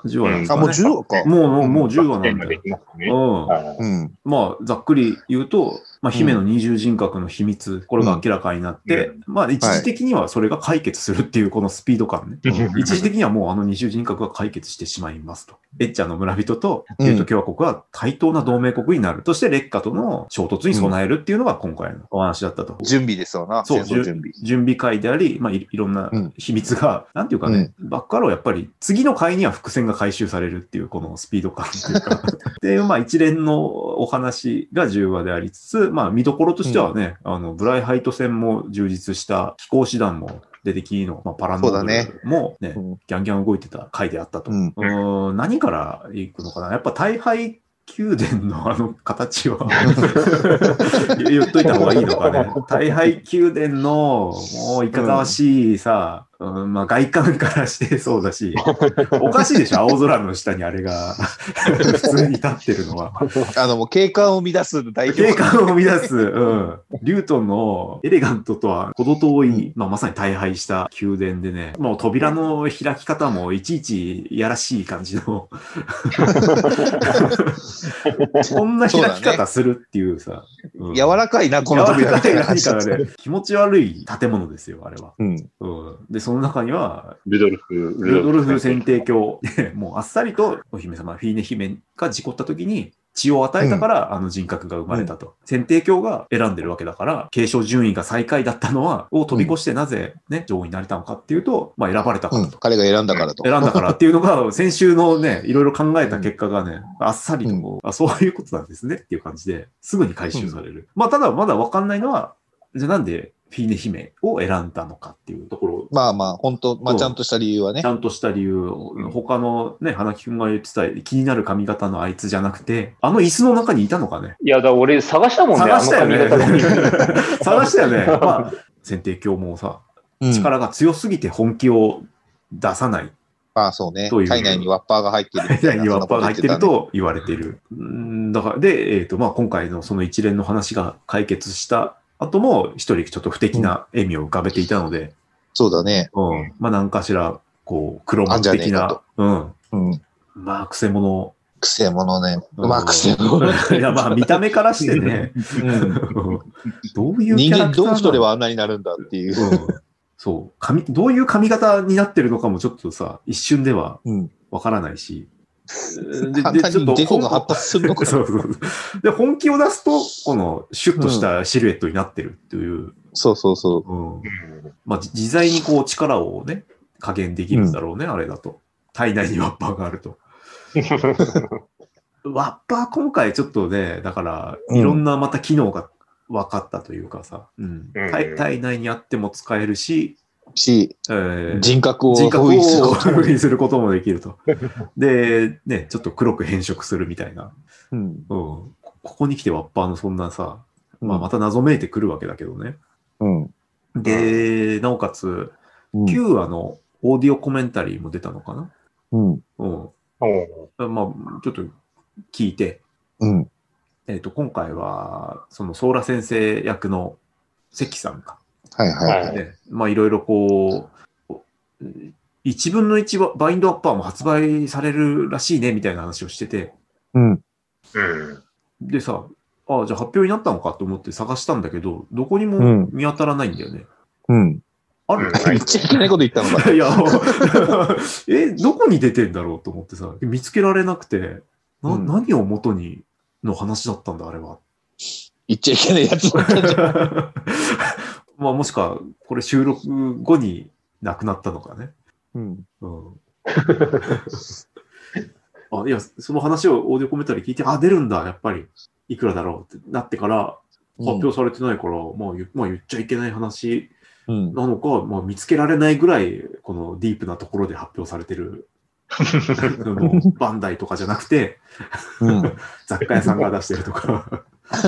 10話なんですかね。 もう10話か。 もう10話なんだよ。まあ、ざっくり言うと、まあ、姫の二重人格の秘密、これが明らかになって、まあ、一時的にはそれが解決するっていうこのスピード感ね。一時的にはもう二重人格が解決してしまいますと。エッチャの村人とユート共和国は対等な同盟国になる。そして劣化との衝突に備えるっていうのが今回のお話だったと。 準備ですよな。 そう、準備会であり、まあ、いろんな秘密が、なんていうかね、バックアローやっぱり次の回には伏線が回収されるっていうこのスピード感っていうかで、まあ一連のお話が10話でありつつ、まあ見どころとしてはね、ブライハイト戦も充実した飛行士団も出てきの、まあ、パラノーブルもね、ギャンギャン動いてた回であったと。何からいくのかな、やっぱ大敗宮殿の形は言っといた方がいいのかね。大敗宮殿のもういかがわしいさ、まあ外観からしてそうだし、おかしいでしょ、青空の下にあれが普通に立ってるのは。 もう景観を乱す代表。 景観を乱す、リュートンのエレガントとは程遠い、まあまさに大敗した宮殿でね、もう扉の開き方もいちいちいやらしい感じのこんな開き方するっていうさ。 柔らかいな、この扉みたいな感じで。気持ち悪い建物ですよ、あれは。で、その中には、ルドルフ選定教で、もうあっさりとお姫様、フィーネ姫が事故った時に、血を与えたから、あの人格が生まれたと。選定教が選んでるわけだから、継承順位が最下位だったのは、を飛び越してなぜね、女王になれたのかっていうと、まあ選ばれたからと。 彼が選んだからと。 選んだからっていうのが、先週のね、いろいろ考えた結果がね、あっさりとこう、そういうことなんですねっていう感じで、すぐに回収される。まあただまだわかんないのは、じゃあなんで、フィーネ姫を選んだのかっていうところ。 まあまあ、本当まあちゃんとした理由はね。 ちゃんとした理由。他のね、花木くんが言ってた気になる髪型のあいつじゃなくて、あの椅子の中にいたのかね。 いや、だ俺探したもんね。 探したよね。探したよね。まあ、選定教もさ、力が強すぎて本気を出さない。 ああ、そうね。体内にワッパーが入ってる。 体内にワッパーが入ってると言われている。だから、で、まあ今回のその一連の話が解決した後も一人ちょっと不敵な笑みを浮かべていたので、 そうだね。 まあ何かしら、こう、黒幕的な、まあ、くせ者。 くせ者ね。まあ、くせ者。 いや、まあ、見た目からしてね、どういうキャラクター人間どう太ればあんなになるんだっていう。 そう。どういう髪型になってるのかもちょっとさ、一瞬ではわからないし。 で、ちょっとデコが発達するのかな。 そうそう。で、本気を出すと、このシュッとしたシルエットになってるっていう。 そう。 まあ、自在にこう力をね、加減できるんだろうね、あれだと。体内にワッパーがあると。ワッパー今回ちょっとね、だから、いろんなまた機能が分かったというかさ、体内にあっても使えるし、人格を封印することもできると。で、ね、ちょっと黒く変色するみたいな。ここに来てワッパーのそんなさ、まあまた謎めいてくるわけだけどね。で、なおかつ、9話のオーディオコメンタリーも出たのかな。まあ、ちょっと聞いて、今回は、そのソーラ先生役の関さんか。まあ、いろいろこう、1分の1バインドアッパーも発売されるらしいね、みたいな話をしてて。でさ、じゃあ発表になったのかと思って探したんだけど、どこにも見当たらないんだよね。ある言っちゃいけないこと言ったのか。 いや、どこに出てんだろうと思ってさ、見つけられなくて、何を元にの話だったんだ、あれは。 言っちゃいけないやつだったんじゃん。 まあ、もしか、これ収録後に亡くなったのかね。いや、その話をオーディオコメンタリー聞いて、出るんだ、やっぱり。いくらだろうってなってから、発表されてないから、まあ言っちゃいけない話なのか、まあ見つけられないぐらい、このディープなところで発表されてる。バンダイとかじゃなくて、雑貨屋さんが出してるとか。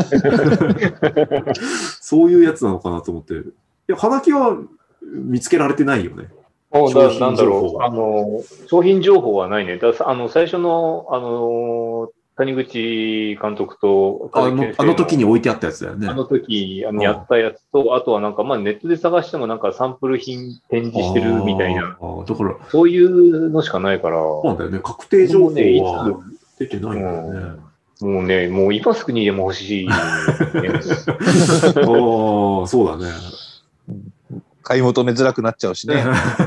そういうやつなのかなと思って。いや、花木は見つけられてないよね。 なんだろう。商品情報はないね。最初の、 谷口監督と、 あの時に置いてあったやつだよね。 あの時やったやつと、あとはなんか、まあネットで探してもなんかサンプル品展示してるみたいな、 だからそういうのしかないから。 そうなんだよね。確定情報は出てないんだよね。 もうね、もう今すぐにでも欲しい、 そうだね。 買い求めづらくなっちゃうしね。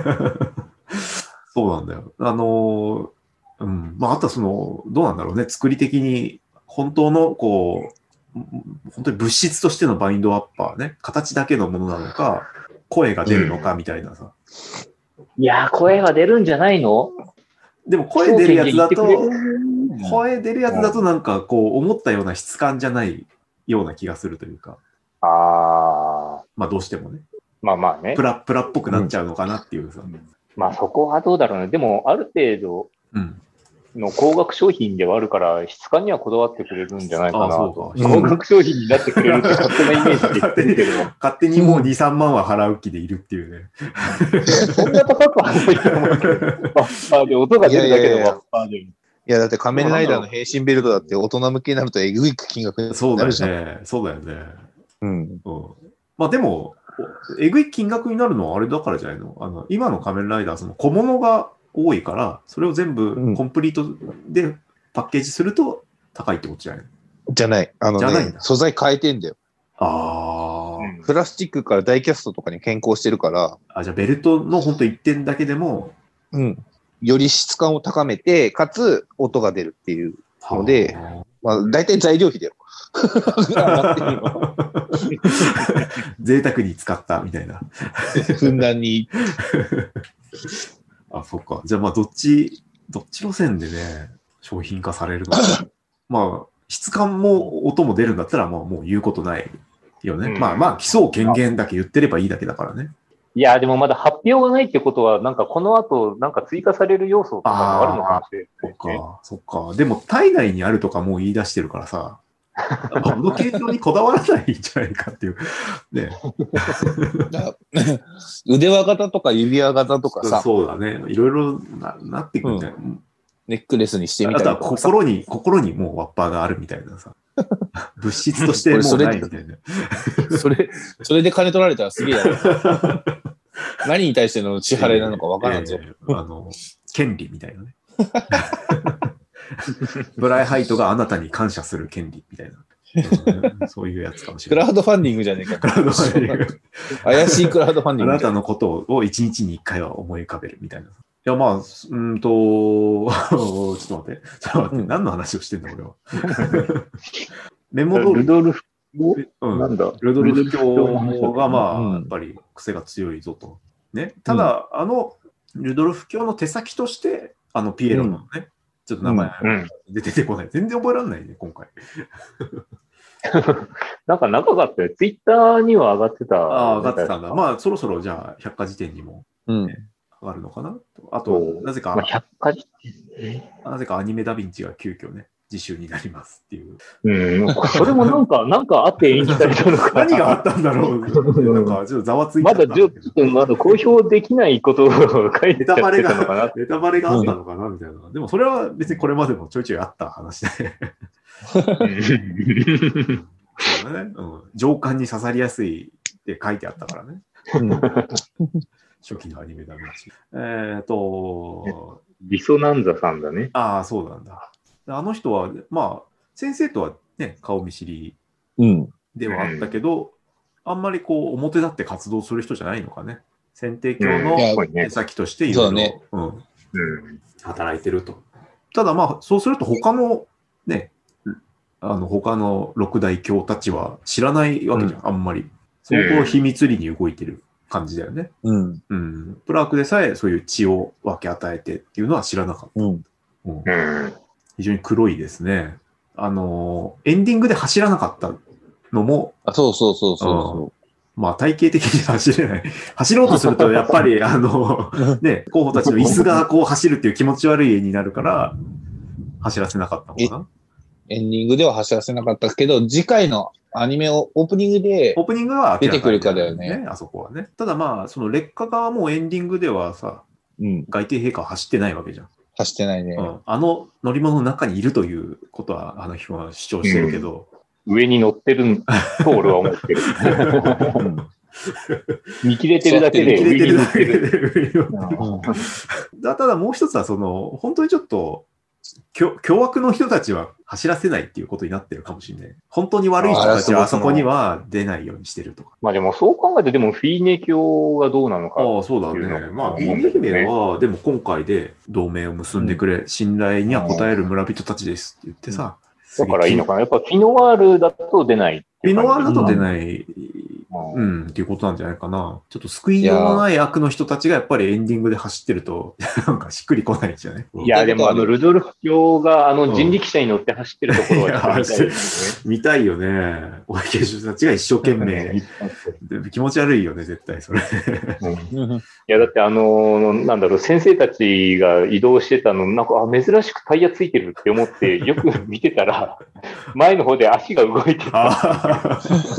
そうなんだよ。まあ、あとはどうなんだろうね。作り的に、本当の、本当に物質としてのバインドアッパーね。形だけのものなのか、声が出るのかみたいなさ。 いやー、声が出るんじゃないの？ でも声出るやつだと、なんか思ったような質感じゃないような気がするというか。まあどうしてもね。 まあね。 プラっぽくなっちゃうのかなっていうさ。 まあそこはどうだろうね。でもある程度の高額商品ではあるから、質感にはこだわってくれるんじゃないかなと。高額商品になってくれるって勝手なイメージで言ってるけど。 勝手にもう2、3万は払う気でいるっていうね。 そんな高くはないと思うけど。バッパーで音が出るだけのバッパーで。 いや、だって仮面ライダーの変身ベルトだって大人向けになるとえぐい金額になるじゃん。 そうだよね。 まあでも、えぐい金額になるのはあれだからじゃないの？今の仮面ライダー、小物が多いから、それを全部コンプリートでパッケージすると高いってことじゃないの？ じゃない。素材変えてんだよ。プラスチックからダイキャストとかに変更してるから。 じゃあベルトの本当1点だけでも、 より質感を高めて、かつ音が出るっていうので、まあ大体材料費だよ。 贅沢に使ったみたいな。 ふんだんに。 そっか。じゃあまあどっち路線でね、商品化されるのか。まあ、質感も音も出るんだったら、まあもう言うことないよね。まあ、基礎権限だけ言ってればいいだけだからね。 いや、でもまだ発表がないってことは、なんかこの後、なんか追加される要素とかもあるのかもしれない、ね。 そっか。でも体内にあるとかもう言い出してるからさ、この形状にこだわらないんじゃないかっていう。ね。 腕輪型とか指輪型とかさ。 そうだね。いろいろなってくるんだよ。 ネックレスにしてみたりとか。 あとは心にもうワッパーがあるみたいなさ。物質としてもうないみたいな。 それで金取られたらすげえやな。何に対しての支払いなのかわからんぞ。 権利みたいなね。ブライハイトがあなたに感謝する権利みたいな。そういうやつかもしれない。 クラウドファンディングじゃねえか。クラウドファンディング。怪しいクラウドファンディング。 あなたのことを1日に1回は思い浮かべるみたいな。いや、まあ、ちょっと待って。何の話をしてんだ、俺は。メモ通り。 ルドルフなんだ。 ルドルフ教が、まあ、やっぱり癖が強いぞと。ね。ただ、ルドルフ教の手先として、ピエロのね、ちょっと名前出てこない。全然覚えられないね、今回。 なんか長かったよ。ツイッターには上がってた。 上がってたんだ。まあ、そろそろじゃあ、百科事典にも、上がるのかな。あと、なぜか、 百科事典なぜかアニメダヴィンチが急遽ね、自習になりますっていう。 それもなんかあって延期されたのか。 何があったんだろう。なんか、ちょっとざわついてまだ公表できないことを書いてたのかな。 ネタバレがあったのかなみたいな。でもそれは別にこれまでもちょいちょいあった話で。そうだね。情感に刺さりやすいって書いてあったからね。初期のアニメだね。 リソナンザさんだね。 そうなんだ。あの人は、まあ、先生とはね、顔見知りではあったけど、あんまり表立って活動する人じゃないのかね。選定教の手先としていろいろ働いてると。ただまあ、そうすると他のね、他の六大教たちは知らないわけじゃん、あんまり。相当秘密裏に動いてる感じだよね。プラークでさえそういう血を分け与えてっていうのは知らなかった。非常に黒いですね。エンディングで走らなかったのも、 そう。 まあ体系的に走れない。走ろうとすると、やっぱり、ね、候補たちの椅子が走るっていう気持ち悪い絵になるから、走らせなかったのかな。 エンディングでは走らせなかったけど、次回のアニメをオープニングは出てくるかだよね。 あそこはね。ただまあ、その劣化側もエンディングではさ、外帝陛下は走ってないわけじゃん。 走ってないね。 あの乗り物の中にいるということは、あの人は主張してるけど。 上に乗ってると俺は思ってる。見切れてるだけで上に乗ってる。 ただもう一つは、本当にちょっと、凶悪の人たちは走らせないっていうことになってるかもしれない。本当に悪い人たちはあそこには出ないようにしてるとか。 まあでもそう考えて、でもフィーネ教がどうなのか。 ああ、そうだね。まあ、フィーネ姫は、でも今回で同盟を結んでくれ、信頼には応える村人たちですって言ってさ。 だからいいのかな。やっぱフィノワールだと出ない。 フィノワールだと出ない。っていうことなんじゃないかな。ちょっと救いようのない悪の人たちがやっぱりエンディングで走ってると、なんかしっくりこないんじゃない？ いや、でもルドルフ教が人力車に乗って走ってるところは見たいですね。 見たいよね。おいける人たちが一生懸命。気持ち悪いよね、絶対それ。いや、だってなんだろう、先生たちが移動してたの、なんか、珍しくタイヤついてるって思って、よく見てたら、前の方で足が動いてた。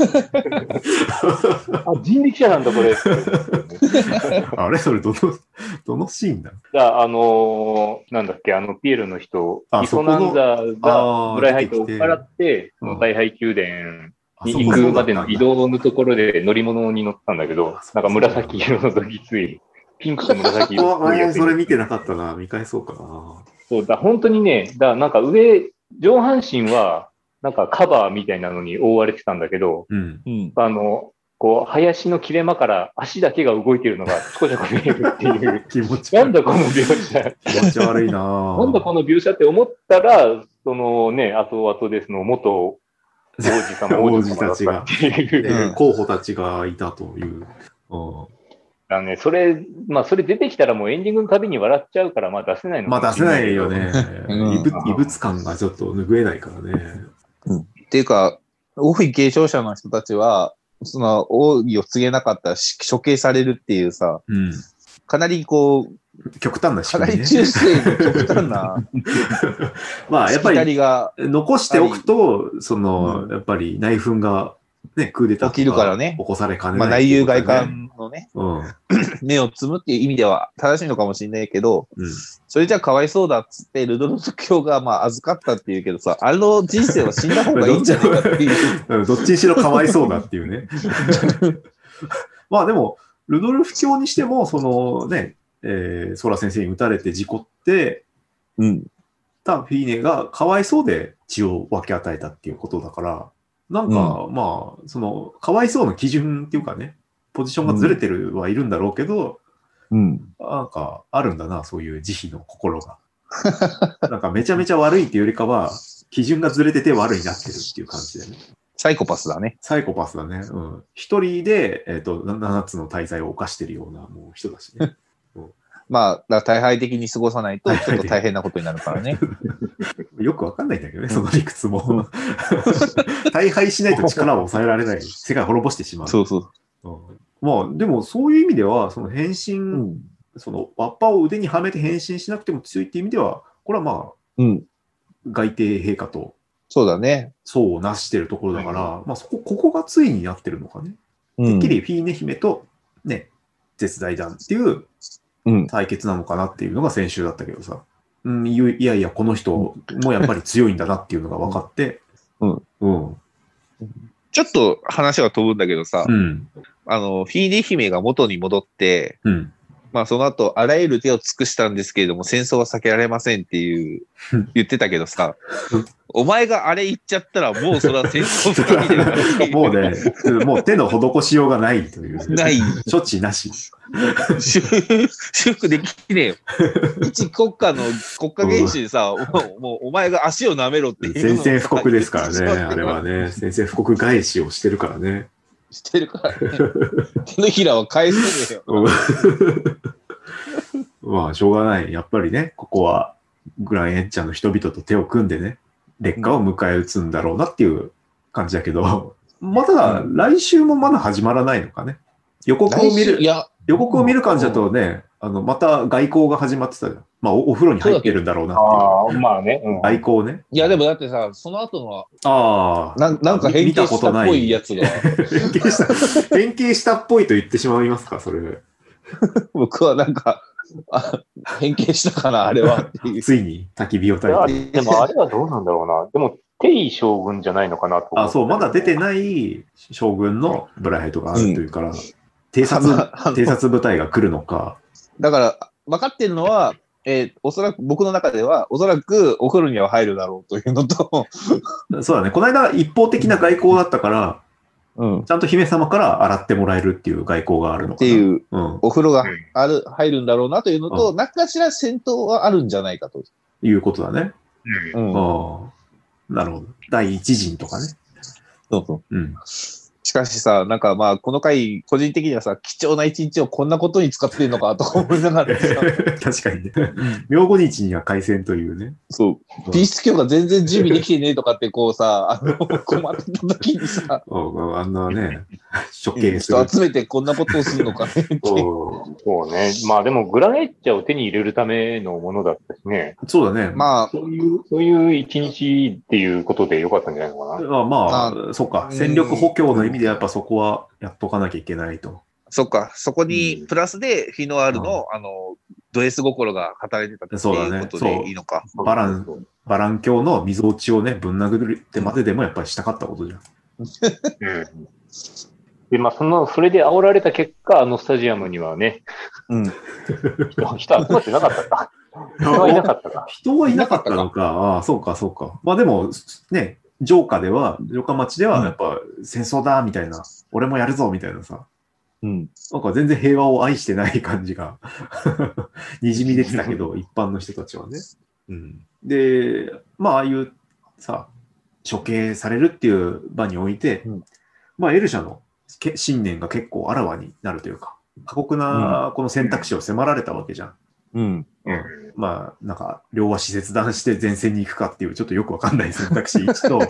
人力車なんだ、これ。 あれそれ、どのシーンだ？ なんだっけ、ピエールの人、イソナンザがブライハイトを追っ払って、大廃宮殿に行くまでの移動のところで乗り物に乗ったんだけど、なんか紫色のどぎつい、ピンクと紫色の。 それ見てなかったな。見返そうかな。 そうだ、本当にね、なんか上半身は、なんかカバーみたいなのに覆われてたんだけど、こう、林の切れ間から足だけが動いてるのがちょこちょこ見えるっていう。 気持ち悪い。 なんだこの描写。 気持ち悪いななんだこの描写って思ったら、後々で元王子たちが、 候補たちがいたという。 だね、それ出てきたらもうエンディングのたびに笑っちゃうから、出せないのかもしれない。出せないよね。異物感がちょっと拭えないからね。 っていうか、王位継承者の人たちは、その王位を継げなかったら処刑されるっていうさ、かなりこう、 極端な仕組みね。 かなり中世の極端な。 まあ、やっぱり、残しておくと、やっぱり内紛が、ね、クーデター起きるからね。 起こされかねない、 内憂外患のね、目をつむっていう意味では正しいのかもしれないけど、それじゃかわいそうだっつって、ルドルフ教が預かったっていうけどさ、人生は死んだ方がいいんじゃないかっていう。 どっちにしろかわいそうだっていうね。まあでも、ルドルフ教にしても、ソラ先生に撃たれて事故って、たフィーネがかわいそうで血を分け与えたっていうことだから、なんか、かわいそうな基準っていうかね、ポジションがずれてるはいるんだろうけど、なんか、あるんだな、そういう慈悲の心が。なんか、めちゃめちゃ悪いっていうよりかは、基準がずれてて悪になってるっていう感じでね。 サイコパスだね。 サイコパスだね。一人で、7つの大罪を犯してるようなもう人だしね。 大敗的に過ごさないと、ちょっと大変なことになるからね。 よくわかんないんだけどね、その理屈も。大敗しないと力を抑えられない。世界を滅ぼしてしまう。 そうそう。 でもそういう意味では、その変身、ワッパを腕にはめて変身しなくても強いっていう意味では、これは外帝陛下と、 そうだね。 そうをなしてるところだから、ここがついになってるのかね。てっきりフィーネ姫と、ね、絶大団っていう対決なのかなっていうのが先週だったけどさ。いやいや、この人もやっぱり強いんだなっていうのが分かって。 ちょっと話は飛ぶんだけどさ、フィーネ姫が元に戻って、その後、あらゆる手を尽くしたんですけれども、戦争は避けられませんって言ってたけどさ、お前があれ言っちゃったら、もうそれは戦争不可避だからもうね、もう手の施しようがないという。 ない。 処置なし。 修復できねえよ。一国家の国家元首でさ、もうお前が足を舐めろっていう。 宣戦布告ですからね、あれはね。宣戦布告返しをしてるからね。 してるからね。手のひらは返せねえよ。 しょうがない。やっぱりね、ここはグランエッチャの人々と手を組んでね、劣化を迎え撃つんだろうなっていう感じだけど、ただ、来週もまだ始まらないのかね。予告を見る感じだとね、また外交が始まってたじゃん。お風呂に入ってるんだろうなっていう。外交ね。 いや、でもだってさ、その後のなんか変形したっぽいやつが。 変形したっぽいと言ってしまいますか、それ。 僕はなんか、 変形したかな、あれはっていう。 ついに焚き火を焚いて。でもあれはどうなんだろうな。でも、テイ将軍じゃないのかなと思って。 そう、まだ出てない将軍のブライハイトがあるというから、偵察部隊が来るのか。 だから、分かってるのは、おそらく、僕の中では、おそらくお風呂には入るだろうというのと。 そうだね。この間一方的な外交だったから、ちゃんと姫様から洗ってもらえるっていう外交があるのかな。 っていう、お風呂が入るんだろうなというのと、何かしら戦闘はあるんじゃないかと。 いうことだね。なるほど。第一陣とかね。 そうそう。しかしさ、なんかまあ、この回、個人的にはさ、貴重な一日をこんなことに使ってるのかと思いながらさ。 確かにね。明後日には開戦というね。 そう。ピース教が全然準備できてねえとかってこうさ、困ってた時にさ。 あんなね、処刑する。人集めてこんなことをするのかねって。 そうね。まあでも、グラネッチャを手に入れるためのものだったしね。 そうだね。 まあ、 そういう一日っていうことでよかったんじゃないのかな。 まあ、そうか。戦力補強の意味でやっぱそこはやっとかなきゃいけないと。 そっか。そこに、プラスで、フィノアールの、ド S 心が働いてたっていうことでいいのか。 バラン教の溝落ちをね、ぶん殴ってまででもやっぱりしたかったことじゃん。 で、まあ、それで煽られた結果、スタジアムにはね、人集まってなかったか。人はいなかったか。 人はいなかったのか。ああ、そうか、そうか。まあでも、ね、城下町ではやっぱ戦争だみたいな、俺もやるぞみたいなさ。なんか全然平和を愛してない感じがにじみ出てたけど、一般の人たちはね。で、まあ、ああいうさ、処刑されるっていう場において、まあ、エルシャの信念が結構あらわになるというか、過酷なこの選択肢を迫られたわけじゃん。まあ、なんか、両足切断して前線に行くかっていう、ちょっとよくわかんない選択肢1と、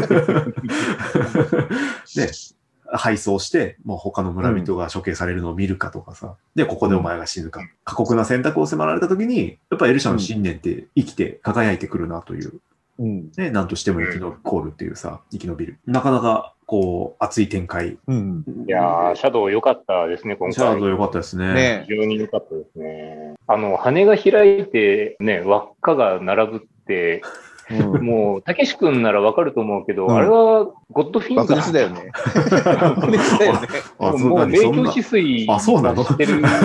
で、敗走して、もう他の村人が処刑されるのを見るかとかさ、で、ここでお前が死ぬか。過酷な選択を迫られたときに、やっぱエルシャの信念って生きて輝いてくるなという。ね、なんとしても生き残るっていうさ、生き延びる。なかなか、こう、熱い展開。 いやー、シャドウ良かったですね、今回。 シャドウ良かったですね。 非常に良かったですね。羽が開いて、ね、輪っかが並ぶって、もう、たけし君ならわかると思うけど、あれはゴッドフィンガーだよね。 もう名教止水して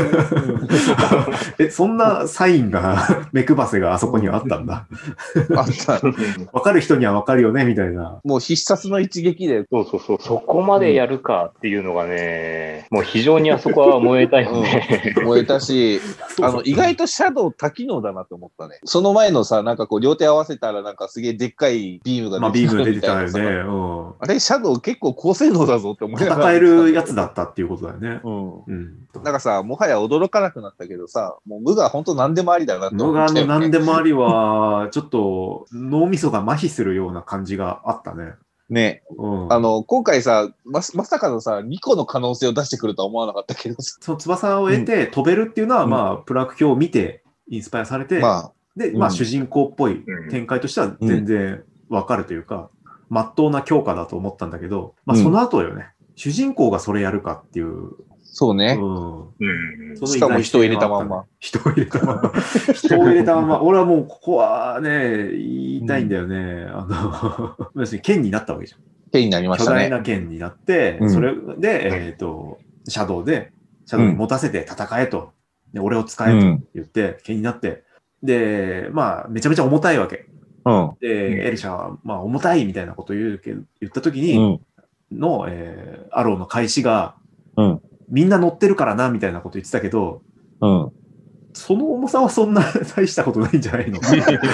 る。そんなサインが、目配せがあそこにはあったんだ。 あった。 わかる人にはわかるよね、みたいな。 もう必殺の一撃で。 そう。そこまでやるかっていうのがね、もう非常にあそこは燃えたよね。 燃えたし、意外とシャドウ多機能だなと思ったね。その前のさ、なんかこう、両手合わせたらなんかすげえでっかいビームが出てたよね。 あれ、シャドウ結構高性能だぞって思いながら。 戦えるやつだったっていうことだよね。 なんかさ、もはや驚かなくなったけどさ、もう無我本当何でもありだなって思って、無我の何でもありは、ちょっと脳みそが麻痺するような感じがあったね。 ね、今回さ、まさかのさ、2個の可能性を出してくるとは思わなかったけど。 その翼を得て飛べるっていうのは、まあ、プラク表を見てインスパイアされて、で、まあ、主人公っぽい展開としては全然わかるというか、真っ当な強化だと思ったんだけど、まあ、その後よね、主人公がそれやるかっていう。 そうね。しかも人を入れたまんま。 人を入れたまんま。人を入れたまんま。俺はもうここはね、言いたいんだよね。要するに剣になったわけじゃん。 剣になりましたね。 巨大な剣になって、それで、シャドウに持たせて戦えと。で俺を使えと言って、剣になって。で、まあ、めちゃめちゃ重たいわけ。で、エルシャは、まあ、重たいみたいなことを言ったときに、アローの開始が、みんな乗ってるからな、みたいなこと言ってたけど、その重さはそんな大したことないんじゃないの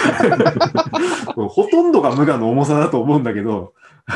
ほとんどが無我の重さだと思うんだけど、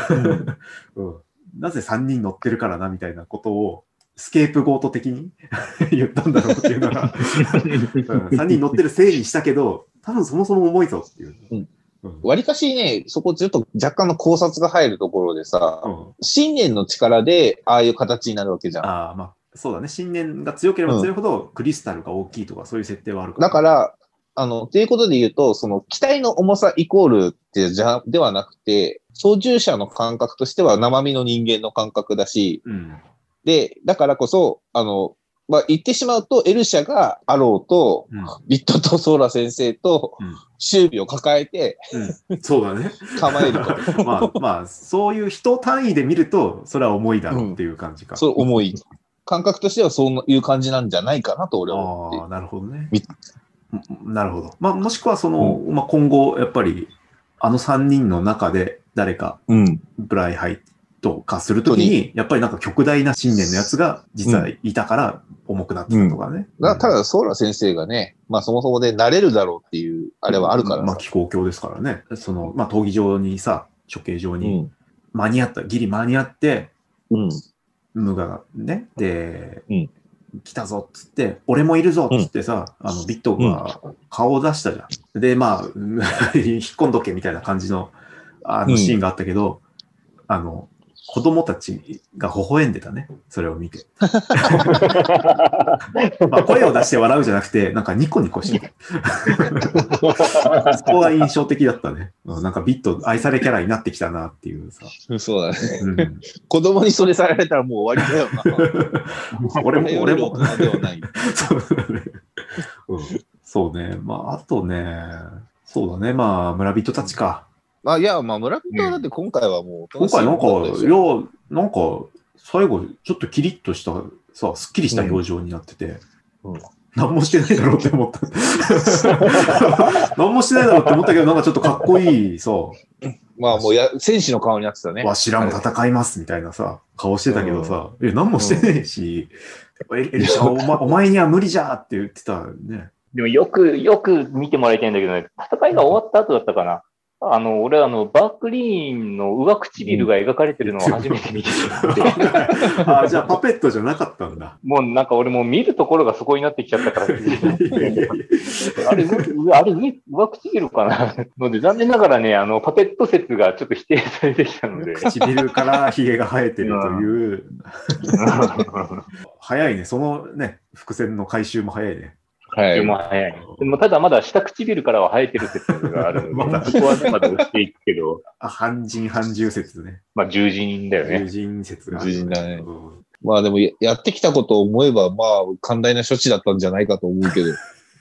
なぜ3人乗ってるからな、みたいなことを、スケープゴート的に言ったんだろうっていうのが、3人乗ってるせいにしたけど、多分そもそも重いぞっていう。 わりかしね、そこちょっと若干の考察が入るところでさ、信念の力でああいう形になるわけじゃん。 ああ、まあ、そうだね。信念が強ければ強いほどクリスタルが大きいとかそういう設定はあるから。 だから、ということで言うと、その機体の重さイコールってではなくて、操縦者の感覚としては生身の人間の感覚だし、で、だからこそ、 まあ言ってしまうと、エルシャがアローと、ビットとソーラ先生と、修備を抱えて、 そうだね。 構えると。 まあ、そういう人単位で見ると、それは重いだろうっていう感じか。 そう、重い。感覚としてはそういう感じなんじゃないかなと俺は思って。 ああ、なるほどね。なるほど。まあ、もしくはまあ、今後、やっぱり、あの3人の中で誰か、ブライハイとかするときに、やっぱりなんか極大な信念のやつが実はいたから重くなってたとかね。 ただ、ソーラ先生がね、まあそもそもで慣れるだろうっていう、あれはあるから。 まあ、気候鏡ですからね。まあ、闘技場にさ、処刑場に間に合った、ギリ間に合って、ムガがね、で、来たぞっつって、俺もいるぞっつってさ、ビットが顔を出したじゃん。で、まあ、引っ込んどけみたいな感じの、シーンがあったけど、子供たちが微笑んでたね。それを見て。まあ声を出して笑うじゃなくて、なんかニコニコしてる。そこが印象的だったね。なんかビット愛されキャラになってきたなっていうさ。 そうだね。子供にそれされたらもう終わりだよな。俺も。大人ではない。 そうだね。そうね。まあ、あとね、そうだね。まあ、村人たちか。 いや、まあ、村人はだって今回はもう、 今回なんか、なんか、最後、ちょっとキリッとした、さ、すっきりした表情になってて、何もしてないだろうって思った。何もしてないだろうって思ったけど、なんかちょっとかっこいい、さ。 まあもう戦士の顔になってたね。 わしらも戦いますみたいなさ、顔してたけどさ、何もしてねえし、エルシャお前には無理じゃって言ってたね。 でもよく見てもらいたいんだけどね、戦いが終わった後だったかな。俺バークリーンの上唇が描かれてるのを初めて見てしまって。 じゃあパペットじゃなかったんだ。 もうなんか俺もう見るところがそこになってきちゃったから。あれ上唇かなので残念ながらね、パペット説がちょっと否定されてきたので。 唇からヒゲが生えてるという。早いね。そのね、伏線の回収も早いね。 はい。でもただまだ下唇からは生えてる説があるので、そこはね、まだ押していくけど。 半人半獣説ね。 まあ、獣人だよね。 獣人説が。 獣人だね。まあでもやってきたことを思えば、まあ、寛大な処置だったんじゃないかと思うけど。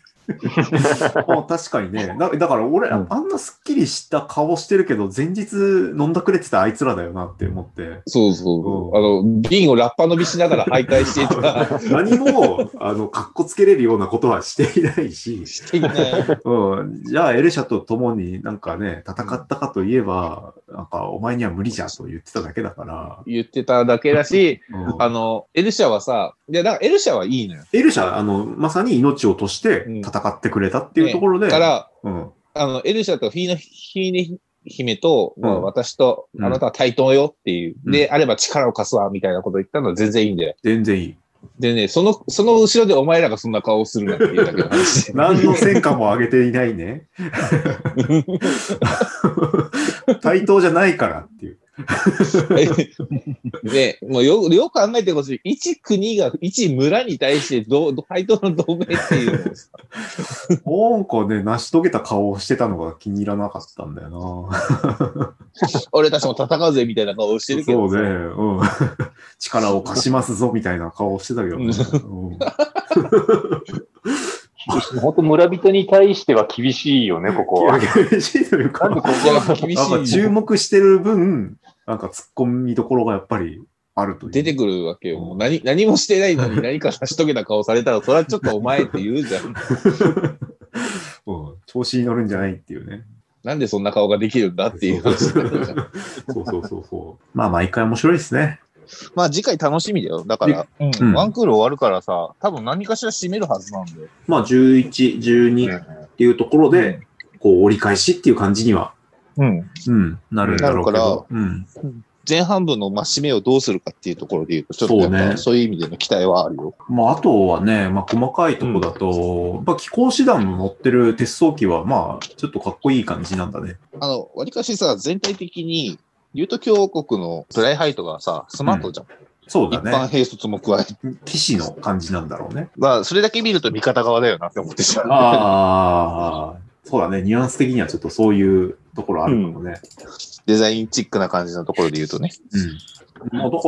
確かにね。だから俺、あんなスッキリした顔してるけど、前日飲んだくれてたあいつらだよなって思って。 そう。瓶をラッパ伸びしながら徘徊していた。 何も、かっこつけれるようなことはしていないし。 していない。 じゃあ、エルシャと共になんかね、戦ったかといえば、なんか、お前には無理じゃと言ってただけだから。 言ってただけだし、エルシャはさ、だからエルシャはいいのよ。 エルシャ、まさに命を落として、戦ってくれたっていうところで。 だから、エルシャとフィーネ姫と、私とあなたは対等よっていう、で、あれば力を貸すわ、みたいなこと言ったのは全然いいんだよ。 全然いい。 でね、その後ろでお前らがそんな顔をするなっていうだけの話。 何の戦果も上げていないね。対等じゃないからっていう。 で、もうよく考えてほしい。一国が一村に対して対等の同盟っていうのをさ。 なんかね、成し遂げた顔をしてたのが気に入らなかったんだよな。 俺たちも戦うぜみたいな顔をしてるけど。 そうね、力を貸しますぞみたいな顔をしてたけどね。 本当村人に対しては厳しいよね、ここは。 厳しいというか、厳しい。注目してる分、なんか突っ込みどころがやっぱりあるという。 出てくるわけよ。もう何もしてないのに何か成し遂げた顔されたら、それはちょっとお前って言うじゃん。 調子に乗るんじゃないっていうね。 なんでそんな顔ができるんだっていう話になるじゃん。 そう。まあ毎回面白いですね。 まあ次回楽しみだよ。だから、ワンクール終わるからさ、多分何かしら締めるはずなんで。 まあ11、12っていうところで、こう折り返しっていう感じには、なるんだろうけど。 前半分の締めをどうするかっていうところで言うと、ちょっとやっぱそういう意味での期待はあるよ。 まああとはね、まあ細かいとこだと、やっぱ機甲師団の乗ってる鉄装機は、まあちょっとかっこいい感じなんだね。 わりかしさ、全体的に、ユート共和国のプライハイトがさ、スマートじゃん。 そうだね。 一般兵卒も加えて。 騎士の感じなんだろうね。 まあ、それだけ見ると味方側だよなって思ってしまう。 ああ、そうだね。ニュアンス的にはちょっとそういうところあるかもね。 デザインチックな感じのところで言うとね。 まあ、だから、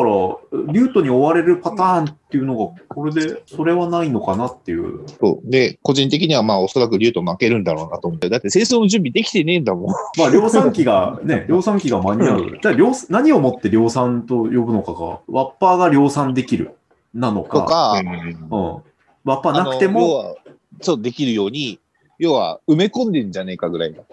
リュートに追われるパターンっていうのが、これで、それはないのかなっていう。 そう。で、個人的にはまあ、おそらくリュート負けるんだろうなと思って。だって、清掃の準備できてねえんだもん。 まあ、量産機が間に合う。じゃあ何をもって量産と呼ぶのかが、ワッパーが量産できる、なのか。 とか、 ワッパーなくても。 そう、できるように、要は、埋め込んでんじゃねえかぐらいの。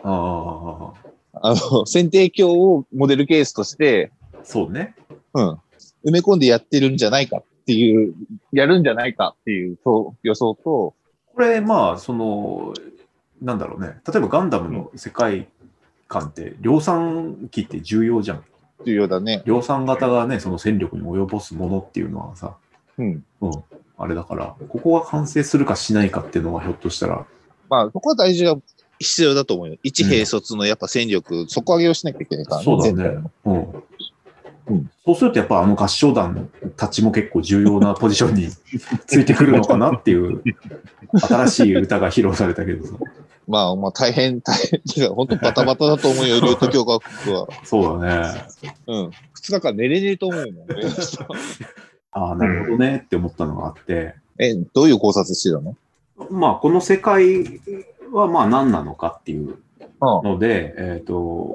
選定鏡をモデルケースとして、 そうね。 埋め込んでやってるんじゃないかっていう、やるんじゃないかっていう予想と、 これ、まあ、なんだろうね。例えばガンダムの世界観って、量産機って重要じゃん。 重要だね。 量産型がね、その戦力に及ぼすものっていうのはさ、あれだから、ここが完成するかしないかっていうのはひょっとしたら。 まあ、ここは大事が必要だと思うよ。一兵卒のやっぱ戦力、底上げをしなきゃいけないからね。 そうだね。そうするとやっぱ合唱団たちも結構重要なポジションについてくるのかなっていう新しい歌が披露されたけどさ。 まあ大変、本当バタバタだと思うよ、リュート教科国は。 そうだね。 2日間寝れねえと思うもんね。 ああ、なるほどねって思ったのがあって。 どういう考察してたの？ まあこの世界はまあ何なのかっていうので、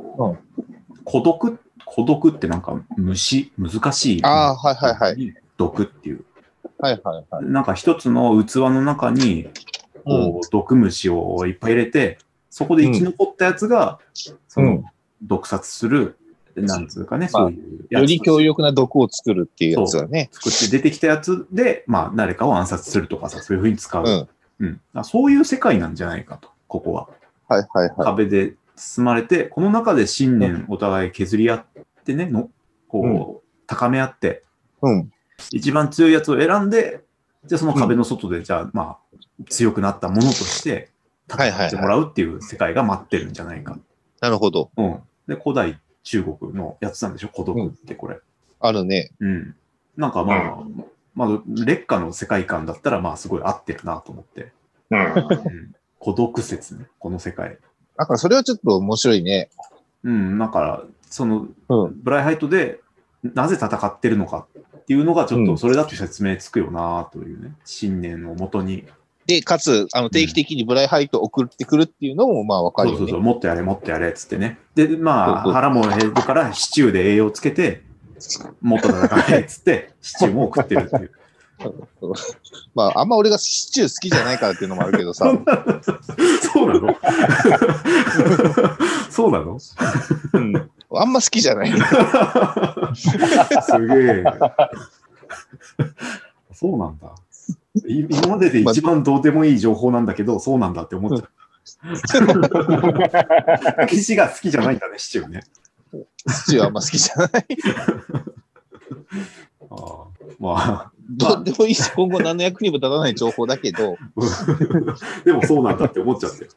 孤独ってなんか難しい。毒っていう。なんか一つの器の中に、毒虫をいっぱい入れて、そこで生き残ったやつが、毒殺する、なんつうかね、そういうやつ。より強力な毒を作るっていうやつだね。 作って出てきたやつで、まあ誰かを暗殺するとかさ、そういうふうに使う。そういう世界なんじゃないかと、ここは。壁で包まれて、この中で信念お互い削り合ってね、高め合って、一番強いやつを選んで、じゃあその壁の外で、じゃあまあ強くなったものとして戦ってもらうっていう世界が待ってるんじゃないか。 なるほど。 で、古代中国のやつなんでしょ、孤独ってこれ。 あるね。 なんかまあ劣化の世界観だったらまあすごい合ってるなと思って。孤独説ね、この世界。 だからそれはちょっと面白いね。 だから、ブライハイトでなぜ戦ってるのかっていうのがちょっとそれだと説明つくよなというね、信念をもとに。 で、かつ、定期的にブライハイトを送ってくるっていうのもまあわかるよね。 もっとやれっつってね。で、まあ、腹も減るからシチューで栄養つけて、もっと戦えっつって、シチューも送ってるっていう。 まあ、あんま俺がシチュー好きじゃないからっていうのもあるけどさ。 そうなのそうなのあんま好きじゃない。 すげえ。そうなんだ。今までで一番どうでもいい情報なんだけど、そうなんだって思っちゃう。騎士が好きじゃないんだね、シチューね。 シチューあんま好きじゃない。 まあ。 どうでもいいし、今後何の役にも立たない情報だけど。 でもそうなんだって思っちゃって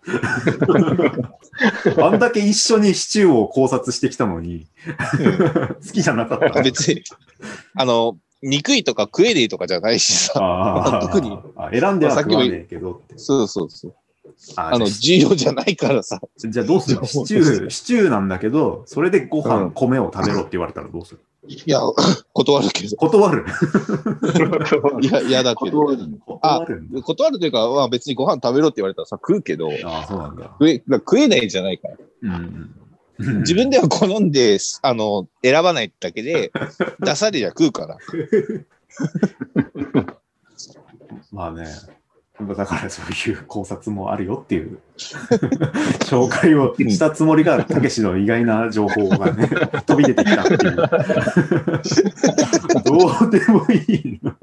あんだけ一緒にシチューを考察してきたのに、好きじゃなかった。 別に、憎いとか食えねえとかじゃないしさ。特に。 選んでは食わねえけどって。 そう。重要じゃないからさ。 じゃあどうするシチューなんだけど、それでご飯、米を食べろって言われたらどうする？ いや、断るけど。 断るいや、嫌だけど。断るというか、まあ別にご飯食べろって言われたらさ、食うけど。 そうなんだ。 食えないじゃないから。自分では好んで、選ばないだけで、出されりゃ食うから。 まあね。だからそういう考察もあるよっていう紹介をしたつもりが、たけしの意外な情報がね、飛び出てきたっていう。どうでもいいの。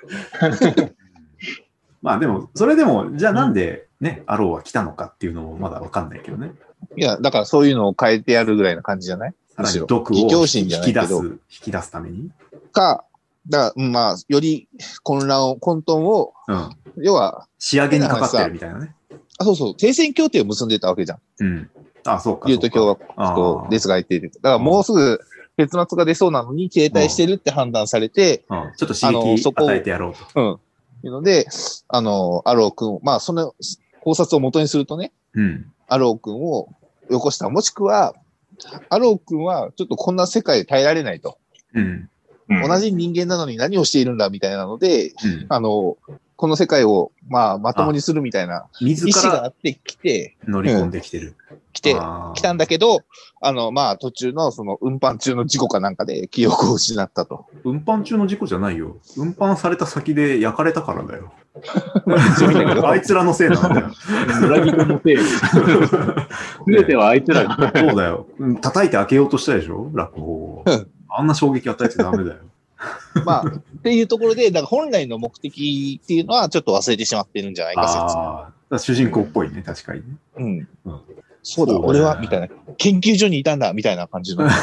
まあでも、それでも、じゃあなんでね、アローは来たのかっていうのもまだわかんないけどね。 いや、だからそういうのを変えてやるぐらいな感じじゃない？ 毒を引き出すためにだから、まあ、より混沌を、要は、 仕上げにかかってるみたいなね。 そう、停戦協定を結んでたわけじゃん。 そうか。 リュート共和国とデスが相手で。だからもうすぐ結末が出そうなのに停滞してるって判断されて、 ちょっと刺激与えてやろうと。 いうので、アロー君、まあ、その考察を元にするとね、アロー君をよこした。もしくは、アロー君はちょっとこんな世界で耐えられないと。 同じ人間なのに何をしているんだみたいなので、この世界を、まともにするみたいな意思があってきて、 乗り込んできてる。 来たんだけど、途中のその運搬中の事故かなんかで記憶を失ったと。 運搬中の事故じゃないよ。運搬された先で焼かれたからだよ。あいつらのせいなんだよ。 村人のせい。すべてはあいつらが。 そうだよ。叩いて開けようとしたでしょ、落語を。あんな衝撃与えちゃダメだよ。 っていうところで、だから本来の目的っていうのはちょっと忘れてしまってるんじゃないか説。主人公っぽいね、確かにね。 そうだ、俺は、みたいな。研究所にいたんだ、みたいな感じの。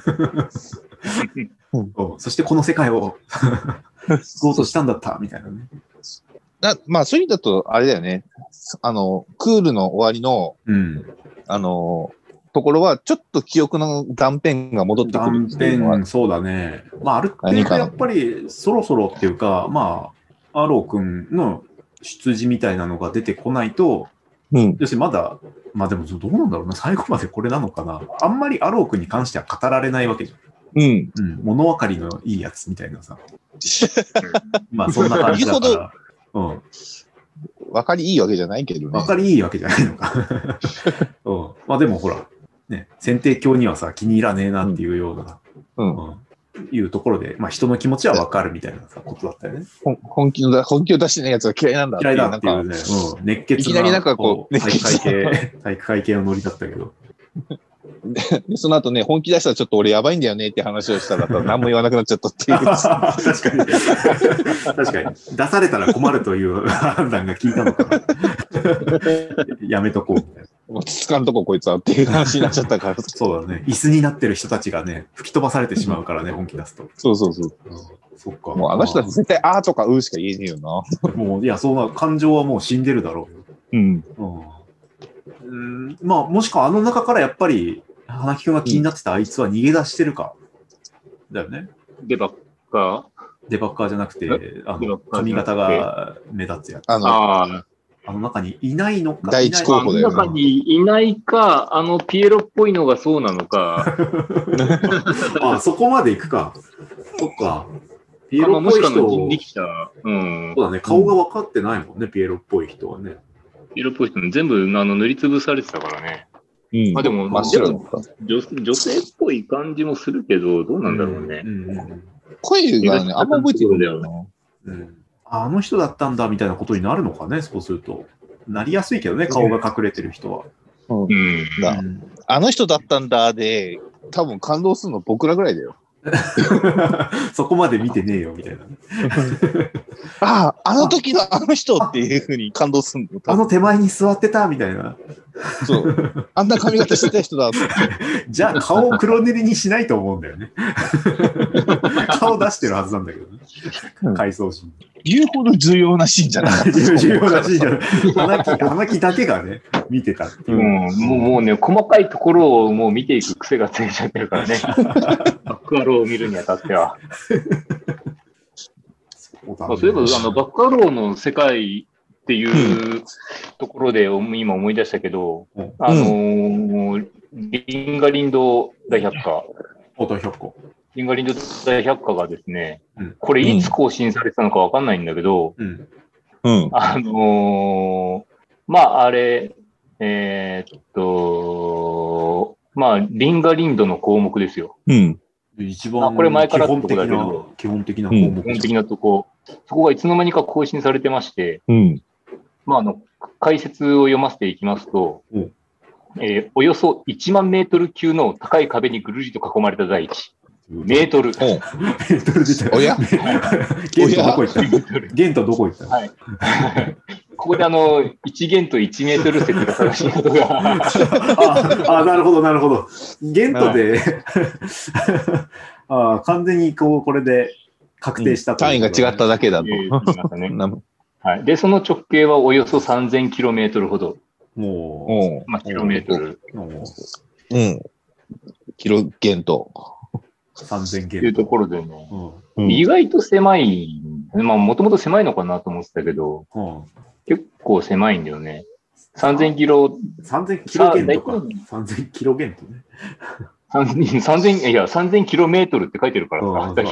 そしてこの世界を救おうとしたんだった、みたいなね。 そういう意味だと、あれだよね。クールの終わりの、ところは、ちょっと記憶の断片が戻ってくるっていうのは。 そうだね。ある程度やっぱりそろそろっていうか、アロー君の出自みたいなのが出てこないと、要するにまだ、でもどうなんだろうな、最後までこれなのかな。あんまりアロー君に関しては語られないわけじゃん。物分かりのいいやつみたいなさ。そんな感じだから。 分かりいいわけじゃないけどね。 分かりいいわけじゃないのか。でもほら、ね、選定教にはさ、気に入らねえなっていうような、いうところで、人の気持ちは分かるみたいなさ、ことだったよね。 本気を出してないやつは嫌いなんだっていう。 嫌いだっていうね、熱血な。 いきなりなんかこう、 体育会系のノリだったけど。 でその後ね、本気出したらちょっと俺やばいんだよねって話をしたら何も言わなくなっちゃったっていう。 確かに。確かに。出されたら困るという判断が効いたのかな。やめとこうみたいな。 落ち着かんとここいつはっていう話になっちゃったから。 そうだね。椅子になってる人たちがね、吹き飛ばされてしまうからね、本気出すと。 そう。 そっか。 もうあの人たち絶対あーとかうーしか言えねえよな。 もう、いや、そんな感情はもう死んでるだろうよ。もしくはあの中からやっぱり、花木くんが気になってたあいつは逃げ出してるか。だよね。 デバッカーじゃなくて、髪型が目立つやつ。あの中にいないのか。 第一候補だよね。 あの中にいないか、ピエロっぽいのがそうなのか。 そこまで行くか。そっか。 ピエロっぽい人。人力車。 そうだね。顔が分かってないもんね、ピエロっぽい人はね。 ピエロっぽい人全部塗りつぶされてたからね。でも、女性っぽい感じもするけど、どうなんだろうね。 声がね、あんま覚えてるんだよな。 あの人だったんだみたいなことになるのかね、そうすると。なりやすいけどね、顔が隠れてる人は。 あの人だったんだで、多分感動するの僕らぐらいだよ。 そこまで見てねえよみたいな。 あの時のあの人っていうふうに感動するの。 あの手前に座ってたみたいな。 そう。あんな髪型してた人だって。 じゃあ顔を黒塗りにしないと思うんだよね。顔出してるはずなんだけどね。回想シーン。 言うほど重要なシーンじゃない。 重要なシーンじゃない。花木だけがね、見てたっていう。 もうね、細かいところをもう見ていく癖がついちゃってるからね。バックアローを見るにあたっては。そういえば、バックアローの世界っていうところで今思い出したけど、リンガリンド大百科。リンガリンド大百科がですね、これいつ更新されてたのかわかんないんだけど、あれ、リンガリンドの項目ですよ。 一番これ前からってとこだけど、 基本的な項目。 基本的なとこ。そこがいつの間にか更新されてまして、解説を読ませていきますと、およそ1万メートル級の高い壁にぐるりと囲まれた大地。メートル。 メートル自体。 おやゲントどこ行ったゲントどこ行ったはい。ここで1ゲント1メートル説が正しいことが。 なるほど、なるほど。ゲントで、完全にこれで確定したと。 単位が違っただけだと。 で、その直径はおよそ3000キロメートルほど。キロメートル。 キロゲント。 3000ゲント。 というところでね、意外と狭い。もともと狭いのかなと思ってたけど、結構狭いんだよね。3000キロ。 3000キロゲントか。3000キロゲントね。 3000、いや、3000キロメートルって書いてるからさ。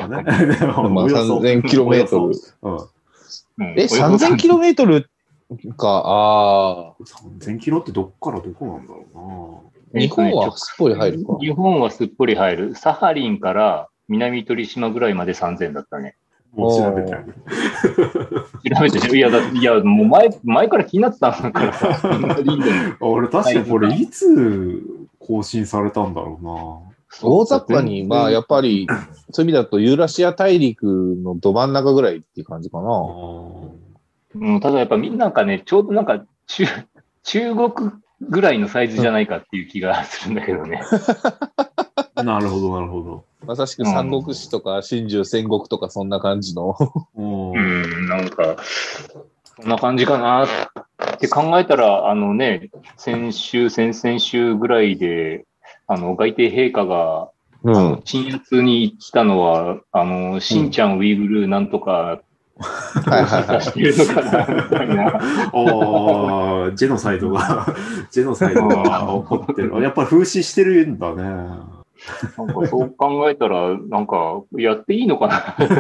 3000キロメートル。3000キロメートルか、 3000キロってどっからどこなんだろうな。日本はすっぽり入るか。 日本はすっぽり入る。サハリンから南鳥島ぐらいまで3000だったね。 もう調べてある。 調べて、いや、もう前から気になってたんだからさ。 俺確かにこれいつ更新されたんだろうな。 大雑把に、まあやっぱり、そういう意味だとユーラシア大陸のど真ん中ぐらいっていう感じかな。 ただやっぱみんななんかね、ちょうどなんか中国ぐらいのサイズじゃないかっていう気がするんだけどね。 なるほど、なるほど。 まさしく三国志とか春秋戦国とかそんな感じの。 なんか、そんな感じかなって考えたら、先々週ぐらいで、外帝陛下が、鎮圧に行ったのは、しんちゃんウイグルなんとか、してるのかな、みたいな。 ジェノサイドが起こってる。やっぱり風刺してるんだね。 なんかそう考えたら、なんか、やっていいのか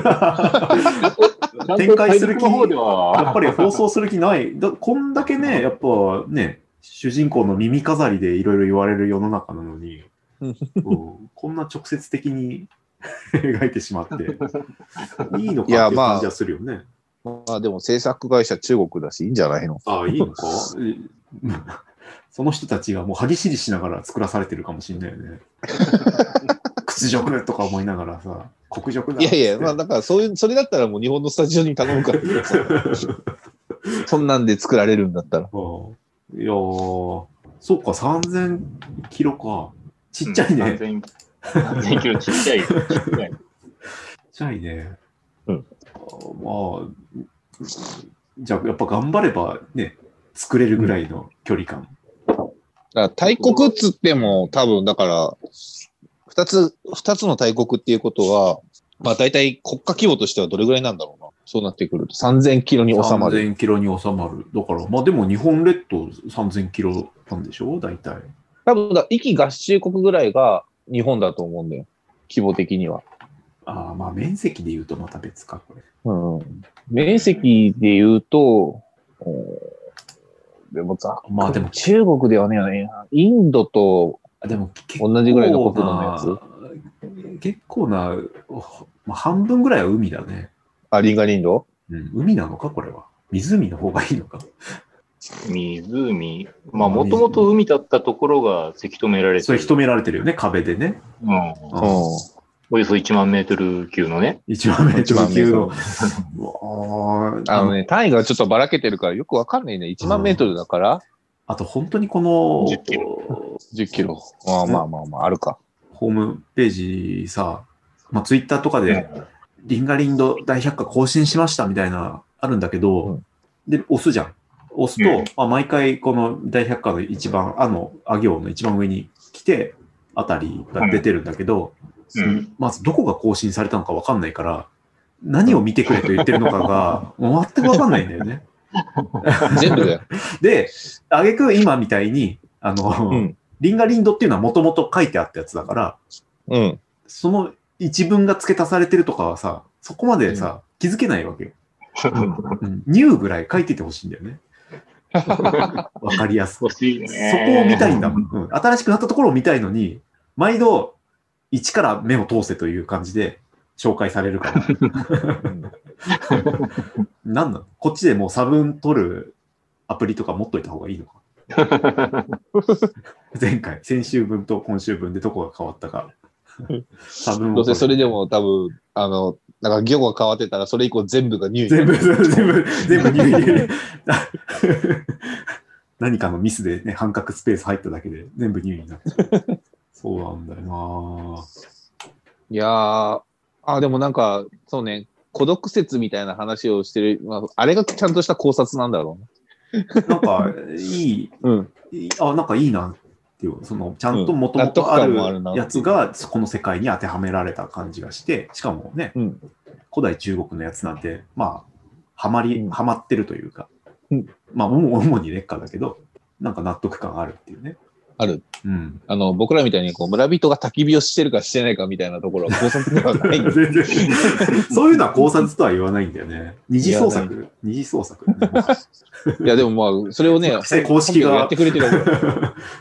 な展開する気、やっぱり放送する気ない。こんだけね、やっぱね、主人公の耳飾りでいろいろ言われる世の中なのに、こんな直接的に描いてしまって、いいのかっていう感じはするよね。 まあでも制作会社中国だし、いいんじゃないの？ ああ、いいのかその人たちがもう歯ぎしりしながら作らされてるかもしれないよね。屈辱とか思いながらさ、国辱だ。 いや、まあだからそれだったらもう日本のスタジオに頼むから。そんなんで作られるんだったら。 いやー、そうか、3000キロか。ちっちゃいね。 3000キロちっちゃい。ちっちゃいね。まあ、じゃあやっぱ頑張ればね、作れるぐらいの距離感。 だ大国っつっても多分だから二つの大国っていうことは、まあ大体国家規模としてはどれぐらいなんだろうな。そうなってくると3000キロに収まる。 3000キロに収まる。だからまあでも日本列島3000キロなんでしょ大体。 多分壱岐合衆国ぐらいが日本だと思うんだよ。規模的には。 まあ面積で言うとまた別か、これ。 面積で言うと、でもまあでも中国ではね、インドと同じぐらいの国土のやつ。 結構な、まあ、半分ぐらいは海だね。 リンガリンド？ 海なのかこれは。湖の方がいいのか。 湖。まあもともと海だったところがせき止められてる。 それ止められてるよね、壁でね。 およそ1万メートル級のね。 1万メートル級の。 単位がちょっとばらけてるからよくわかんないね。1万メートルだから。 あと本当にこの 10キロ。 10キロ。まあ、あるか。 ホームページさ、まあツイッターとかで、リンガリンド大百科更新しましたみたいな、あるんだけど、で、押すじゃん。押すと、毎回この大百科の一番、あ行の一番上に来て、あたりが出てるんだけど、まずどこが更新されたのかわかんないから、何を見てくれと言ってるのかが、もう全くわかんないんだよね。 全部だよ。 で、あげく今みたいに、リンガリンドっていうのはもともと書いてあったやつだから、その一文が付け足されてるとかはさ、そこまでさ、気づけないわけよ。ニューぐらい書いててほしいんだよね。わかりやすく。そこを見たいんだもん。新しくなったところを見たいのに、毎度、一から目を通せという感じで紹介されるから。なんなの？こっちでもう差分取るアプリとか持っといた方がいいのか。先週分と今週分でどこが変わったか。 差分どうせそれでも多分、なんか行が変わってたらそれ以降全部が入位。 全部入位。何かのミスでね、半角スペース入っただけで全部入位になっちゃう。そうなんだよな。 いやー、でもなんか、そうね、孤独説みたいな話をしてる、あれがちゃんとした考察なんだろうね。なんか、なんかいいなっていう、ちゃんと元々あるやつが、この世界に当てはめられた感じがして、しかもね、古代中国のやつなんて、まあ、はまってるというか、まあ、主に劣化だけど、なんか納得感あるっていうね。 ある。僕らみたいに村人が焚き火をしてるかしてないかみたいなところは考察ではないんで。 そういうのは考察とは言わないんだよね。二次創作。 いや、でもまあ、それをね、 公式がやってくれてるわけ